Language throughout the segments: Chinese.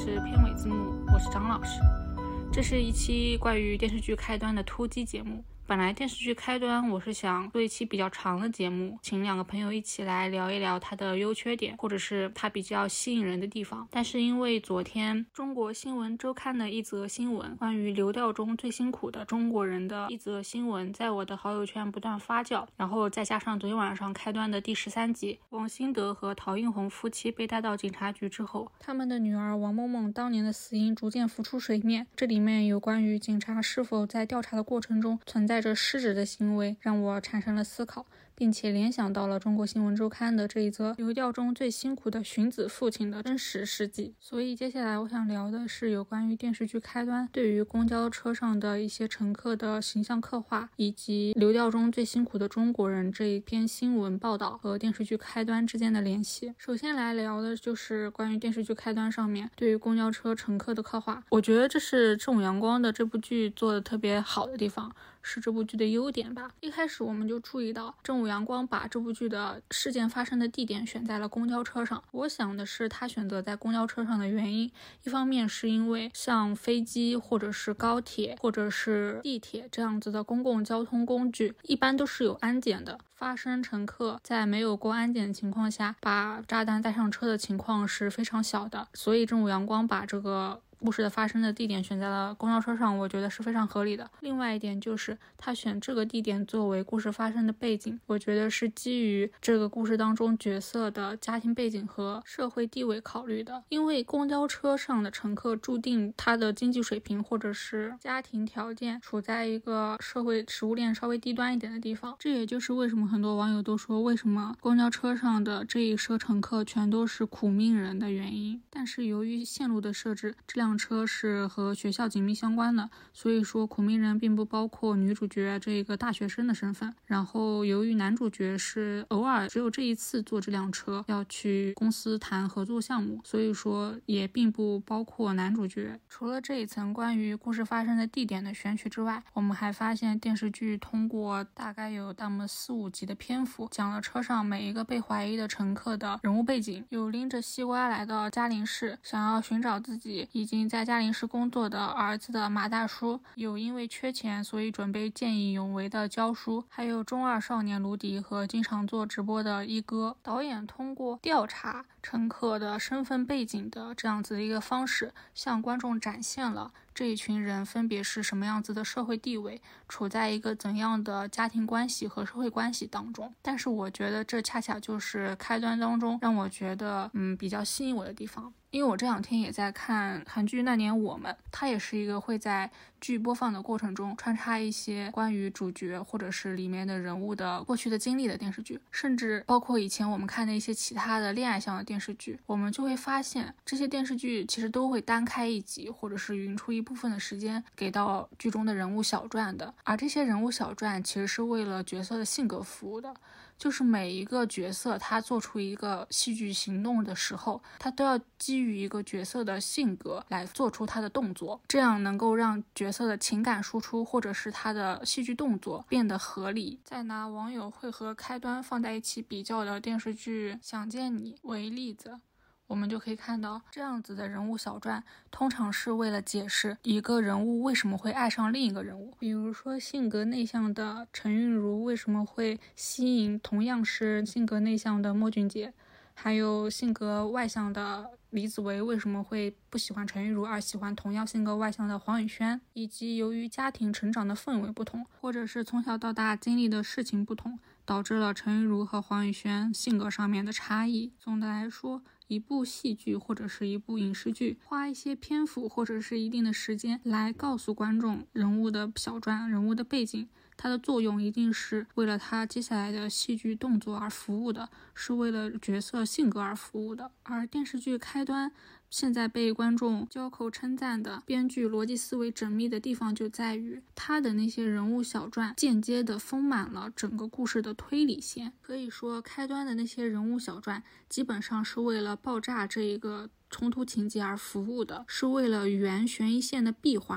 是片尾字幕，我是张老师。这是一期关于电视剧开端的突击节目。本来电视剧开端我是想做一期比较长的节目，请两个朋友一起来聊一聊它的优缺点，或者是它比较吸引人的地方。但是因为昨天中国新闻周刊的一则新闻，关于流调中最辛苦的中国人的一则新闻，在我的好友圈不断发酵，然后再加上昨天晚上开端的第13集，王新德和陶映红夫妻被带到警察局之后，他们的女儿王梦梦当年的死因逐渐浮出水面。这里面有关于警察是否在调查的过程中存在着失职的行为，让我产生了思考，并且联想到了中国新闻周刊的这一则流调中最辛苦的荀子父亲的真实事迹。所以接下来我想聊的是有关于电视剧开端对于公交车上的一些乘客的形象刻画，以及流调中最辛苦的中国人这一篇新闻报道和电视剧开端之间的联系。首先来聊的就是关于电视剧开端上面对于公交车乘客的刻画，我觉得这是正午阳光的这部剧做的特别好的地方，是这部剧的优点吧。一开始我们就注意到正午阳光把这部剧的事件发生的地点选在了公交车上。我想的是他选择在公交车上的原因，一方面是因为像飞机或者是高铁或者是地铁这样子的公共交通工具一般都是有安检的，发生乘客在没有过安检的情况下把炸弹带上车的情况是非常小的，所以正午阳光把这个故事的发生的地点选在了公交车上，我觉得是非常合理的。另外一点就是他选这个地点作为故事发生的背景，我觉得是基于这个故事当中角色的家庭背景和社会地位考虑的。因为公交车上的乘客注定他的经济水平或者是家庭条件处在一个社会食物链稍微低端一点的地方，这也就是为什么很多网友都说为什么公交车上的这一车乘客全都是苦命人的原因。但是由于线路的设置，这辆车是和学校紧密相关的，所以说苦命人并不包括女主角这个大学生的身份。然后由于男主角是偶尔只有这一次坐这辆车要去公司谈合作项目，所以说也并不包括男主角。除了这一层关于故事发生的地点的选取之外，我们还发现电视剧通过大概有那么4-5集的篇幅，讲了车上每一个被怀疑的乘客的人物背景。有拎着西瓜来到嘉陵市想要寻找自己已经在嘉陵市工作的儿子的马大叔，有因为缺钱所以准备见义勇为的焦叔，还有中二少年卢迪和经常做直播的一哥。导演通过调查乘客的身份背景的这样子的一个方式，向观众展现了这一群人分别是什么样子的社会地位，处在一个怎样的家庭关系和社会关系当中。但是我觉得这恰恰就是开端当中让我觉得比较吸引我的地方。因为我这两天也在看韩剧《那年我们》，它也是一个会在剧播放的过程中穿插一些关于主角或者是里面的人物的过去的经历的电视剧，甚至包括以前我们看的一些其他的恋爱向的电视剧，我们就会发现这些电视剧其实都会单开一集，或者是匀出一部分的时间给到剧中的人物小传的。而这些人物小传其实是为了角色的性格服务的，就是每一个角色他做出一个戏剧行动的时候，他都要基于一个角色的性格来做出他的动作，这样能够让角色的情感输出或者是他的戏剧动作变得合理。再拿网友会和开端放在一起比较的电视剧《想见你》为例子，我们就可以看到这样子的人物小传通常是为了解释一个人物为什么会爱上另一个人物。比如说性格内向的陈韵如为什么会吸引同样是性格内向的莫俊杰，还有性格外向的李子维为什么会不喜欢陈韵如而喜欢同样性格外向的黄宇轩，以及由于家庭成长的氛围不同，或者是从小到大经历的事情不同，导致了陈韵如和黄宇轩性格上面的差异。总的来说，一部戏剧或者是一部影视剧花一些篇幅或者是一定的时间来告诉观众人物的小传、人物的背景，它的作用一定是为了他接下来的戏剧动作而服务的，是为了角色性格而服务的。而电视剧开端现在被观众交口称赞的编剧逻辑思维缜密的地方就在于他的那些人物小传间接的丰满了整个故事的推理线。可以说开端的那些人物小传基本上是为了爆炸这一个冲突情节而服务的，是为了原悬疑线的闭环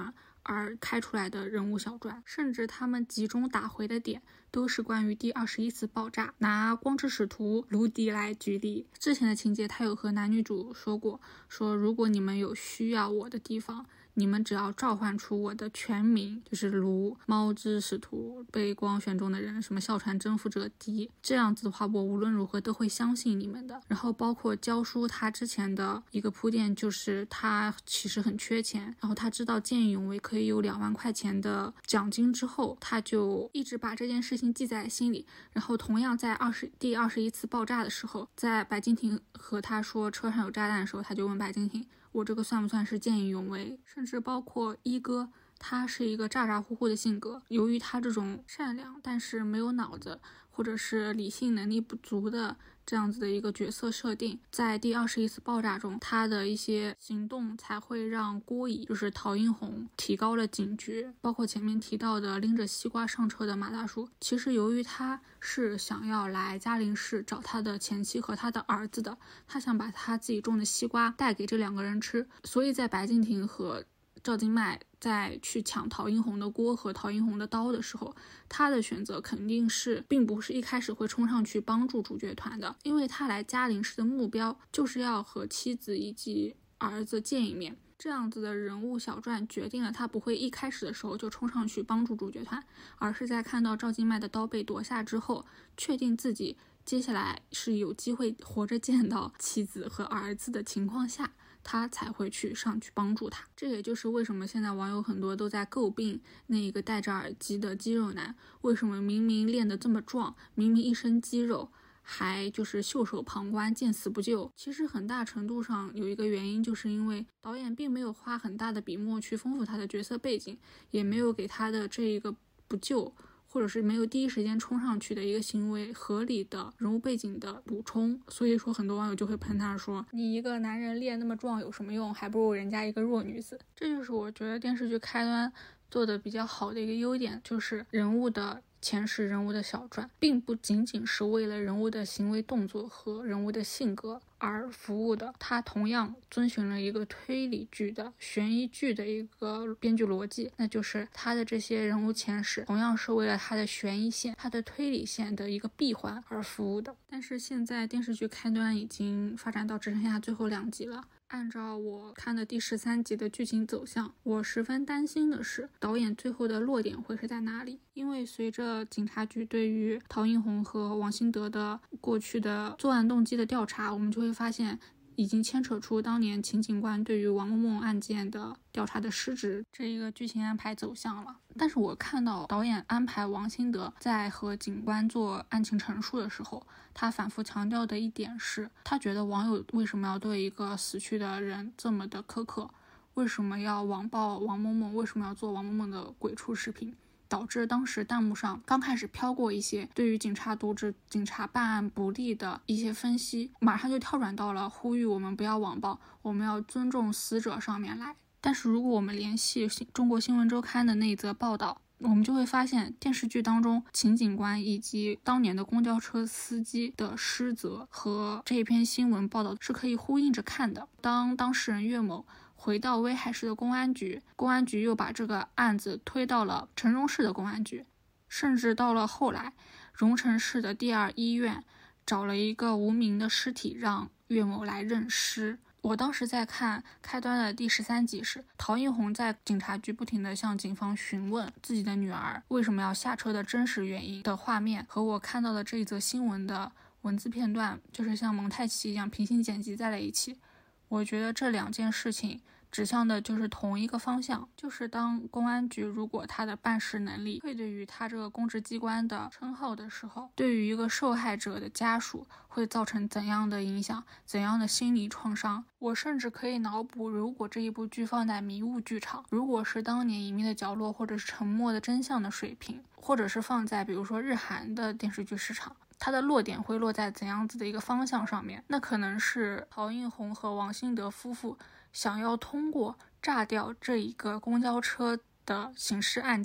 而开出来的人物小传，甚至他们集中打回的点都是关于第21次爆炸。拿光之使徒卢迪来举例，之前的情节他有和男女主说过，说如果你们有需要我的地方，你们只要召唤出我的全名，就是卢猫之使徒被光选中的人，什么哮喘征服者迪，这样子的话我无论如何都会相信你们的。然后包括教书他之前的一个铺垫，就是他其实很缺钱，然后他知道见义勇为可以有2万块钱的奖金之后，他就一直把这件事情记在心里。然后同样在第21次爆炸的时候，在白敬亭和他说车上有炸弹的时候，他就问白敬亭，我这个算不算是见义勇为？甚至包括一哥，他是一个咋咋呼呼的性格，由于他这种善良但是没有脑子或者是理性能力不足的这样子的一个角色设定，在第21次爆炸中，他的一些行动才会让郭乙就是陶英红提高了警觉。包括前面提到的拎着西瓜上车的马大叔，其实由于他是想要来嘉陵市找他的前妻和他的儿子的，他想把他自己种的西瓜带给这2个人吃，所以在白敬亭和赵今麦在去抢陶英红的锅和陶英红的刀的时候，他的选择肯定是并不是一开始会冲上去帮助主角团的，因为他来嘉陵市的目标就是要和妻子以及儿子见一面。这样子的人物小传决定了他不会一开始的时候就冲上去帮助主角团，而是在看到赵今麦的刀被夺下之后，确定自己接下来是有机会活着见到妻子和儿子的情况下，他才会上去帮助他。这也就是为什么现在网友很多都在诟病那一个戴着耳机的肌肉男，为什么明明练得这么壮，明明一身肌肉，还就是袖手旁观，见死不救。其实很大程度上有一个原因，就是因为导演并没有花很大的笔墨去丰富他的角色背景，也没有给他的这一个不救或者是没有第一时间冲上去的一个行为合理的人物背景的补充。所以说很多网友就会喷他说，你一个男人练那么壮有什么用，还不如人家一个弱女子。这就是我觉得电视剧开端做的比较好的一个优点，就是人物的前世，人物的小传并不仅仅是为了人物的行为动作和人物的性格而服务的，它同样遵循了一个推理剧的悬疑剧的一个编剧逻辑，那就是它的这些人物前世同样是为了它的悬疑线、它的推理线的一个闭环而服务的。但是现在电视剧开端已经发展到只剩下最后2集了，按照我看的第13集的剧情走向，我十分担心的是导演最后的落点会是在哪里。因为随着警察局对于陶英红和王新德的过去的作案动机的调查，我们就会发现已经牵扯出当年秦警官对于王梦梦案件的调查的失职这一个剧情安排走向了。但是我看到导演安排王新德在和警官做案情陈述的时候，他反复强调的一点是，他觉得网友为什么要对一个死去的人这么的苛刻，为什么要网暴王梦梦，为什么要做王梦梦的鬼畜视频，导致当时弹幕上刚开始飘过一些对于警察渎职、警察办案不力的一些分析，马上就跳转到了呼吁我们不要网暴，我们要尊重死者上面来。但是如果我们联系中国新闻周刊的那一则报道，我们就会发现电视剧当中秦警官以及当年的公交车司机的失责和这一篇新闻报道是可以呼应着看的。当当事人岳某回到威海市的公安局，公安局又把这个案子推到了城中市的公安局，甚至到了后来荣城市的第2医院找了一个无名的尸体让岳某来认尸。我当时在看开端的第13集时，陶英红在警察局不停地向警方询问自己的女儿为什么要下车的真实原因的画面，和我看到的这一则新闻的文字片段就是像蒙太奇一样平行剪辑在了一起。我觉得这2件事情指向的就是同一个方向，就是当公安局如果他的办事能力愧对于他这个公职机关的称号的时候，对于一个受害者的家属会造成怎样的影响，怎样的心理创伤。我甚至可以脑补，如果这一部剧放在迷雾剧场，如果是当年隐秘的角落或者是沉默的真相的水平，或者是放在比如说日韩的电视剧市场，它的落点会落在怎样子的一个方向上面？那可能是陶映红和王新德夫妇想要通过炸掉这一个公交车的刑事案件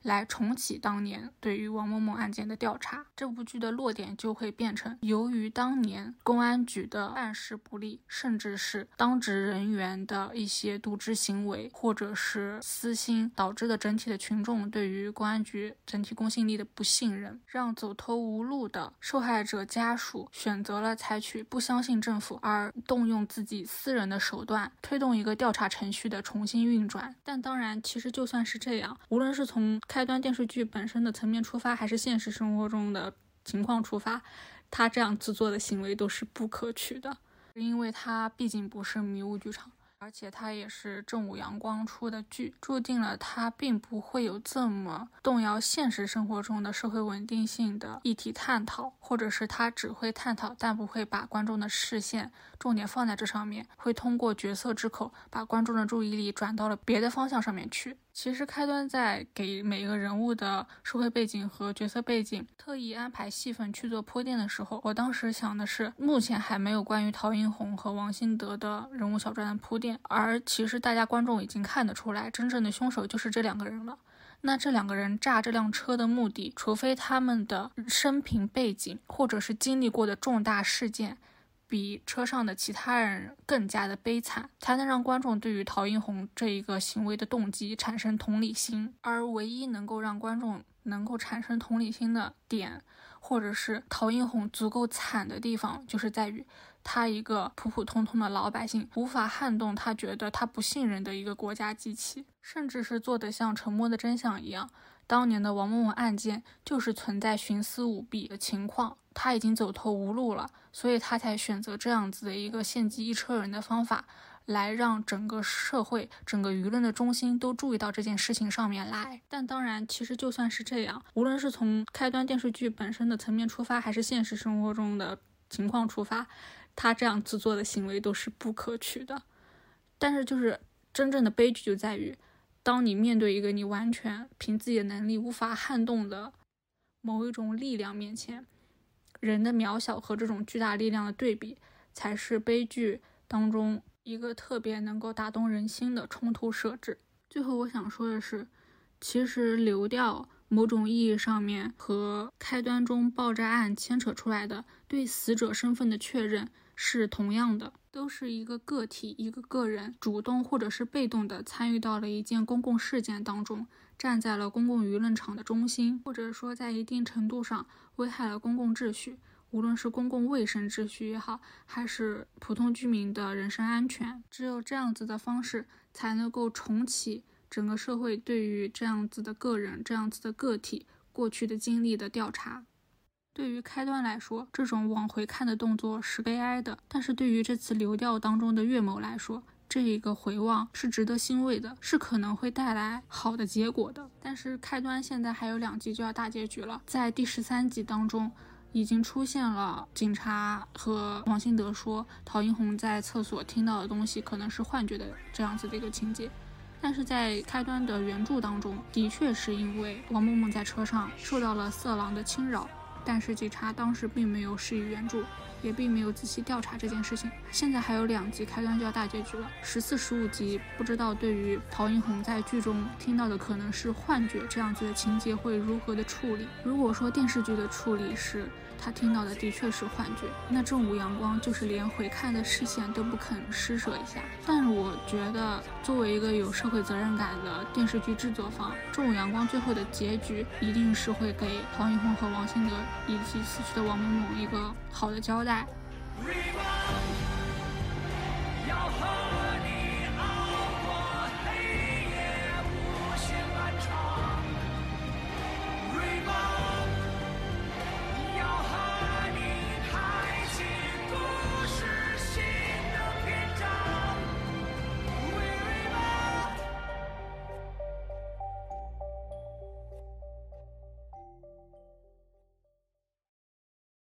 来重启当年对于王某某案件的调查。这部剧的落点就会变成，由于当年公安局的办事不力，甚至是当值人员的一些渎职行为或者是私心，导致的整体的群众对于公安局整体公信力的不信任，让走投无路的受害者家属选择了采取不相信政府而动用自己私人的手段，推动一个调查程序的重新运转。但当然，其实就算是这样，无论是从开端电视剧本身的层面出发，还是现实生活中的情况出发，他这样制作的行为都是不可取的，因为他毕竟不是迷雾剧场，而且它也是正午阳光出的剧，注定了它并不会有这么动摇现实生活中的社会稳定性的议题探讨，或者是它只会探讨但不会把观众的视线重点放在这上面，会通过角色之口把观众的注意力转到了别的方向上面去。其实开端在给每个人物的社会背景和角色背景特意安排戏份去做铺垫的时候，我当时想的是，目前还没有关于陶映红和王新德的人物小传的铺垫，而其实大家观众已经看得出来，真正的凶手就是这两个人了。那这两个人炸这辆车的目的，除非他们的生平背景或者是经历过的重大事件比车上的其他人更加的悲惨，才能让观众对于陶映红这一个行为的动机产生同理心。而唯一能够让观众能够产生同理心的点，或者是陶映红足够惨的地方，就是在于他一个普普通通的老百姓无法撼动他觉得他不信任的一个国家机器，甚至是做得像沉默的真相一样，当年的王某某案件就是存在徇私舞弊的情况，他已经走投无路了，所以他才选择这样子的一个献祭一车人的方法，来让整个社会整个舆论的中心都注意到这件事情上面来。但当然，其实就算是这样，无论是从开端电视剧本身的层面出发，还是现实生活中的情况出发，他这样制作的行为都是不可取的。但是就是真正的悲剧就在于，当你面对一个你完全凭自己的能力无法撼动的某一种力量面前，人的渺小和这种巨大力量的对比，才是悲剧当中一个特别能够打动人心的冲突设置。最后我想说的是，其实流调某种意义上面和开端中爆炸案牵扯出来的对死者身份的确认是同样的，都是一个个体一个个人主动或者是被动的参与到了一件公共事件当中，站在了公共舆论场的中心，或者说在一定程度上危害了公共秩序，无论是公共卫生秩序也好，还是普通居民的人身安全。只有这样子的方式才能够重启整个社会对于这样子的个人这样子的个体过去的经历的调查。对于开端来说，这种往回看的动作是悲哀的，但是对于这次流调当中的岳某来说，这一个回望是值得欣慰的，是可能会带来好的结果的。但是开端现在还有2集就要大结局了，在第13集当中已经出现了警察和王新德说陶映红在厕所听到的东西可能是幻觉的这样子的一个情节。但是在开端的原著当中，的确是因为王某某在车上受到了色狼的侵扰，但是警察当时并没有施以援助，也并没有仔细调查这件事情。现在还有2集开端就要大结局了，14、15集不知道对于陶映红在剧中听到的可能是幻觉这样子的情节会如何的处理。如果说电视剧的处理是他听到的的确是幻觉，那正午阳光就是连回看的视线都不肯施舍一下。但我觉得作为一个有社会责任感的电视剧制作方，正午阳光最后的结局一定是会给陶映红和王新德以及死去的王某某一个好的交代。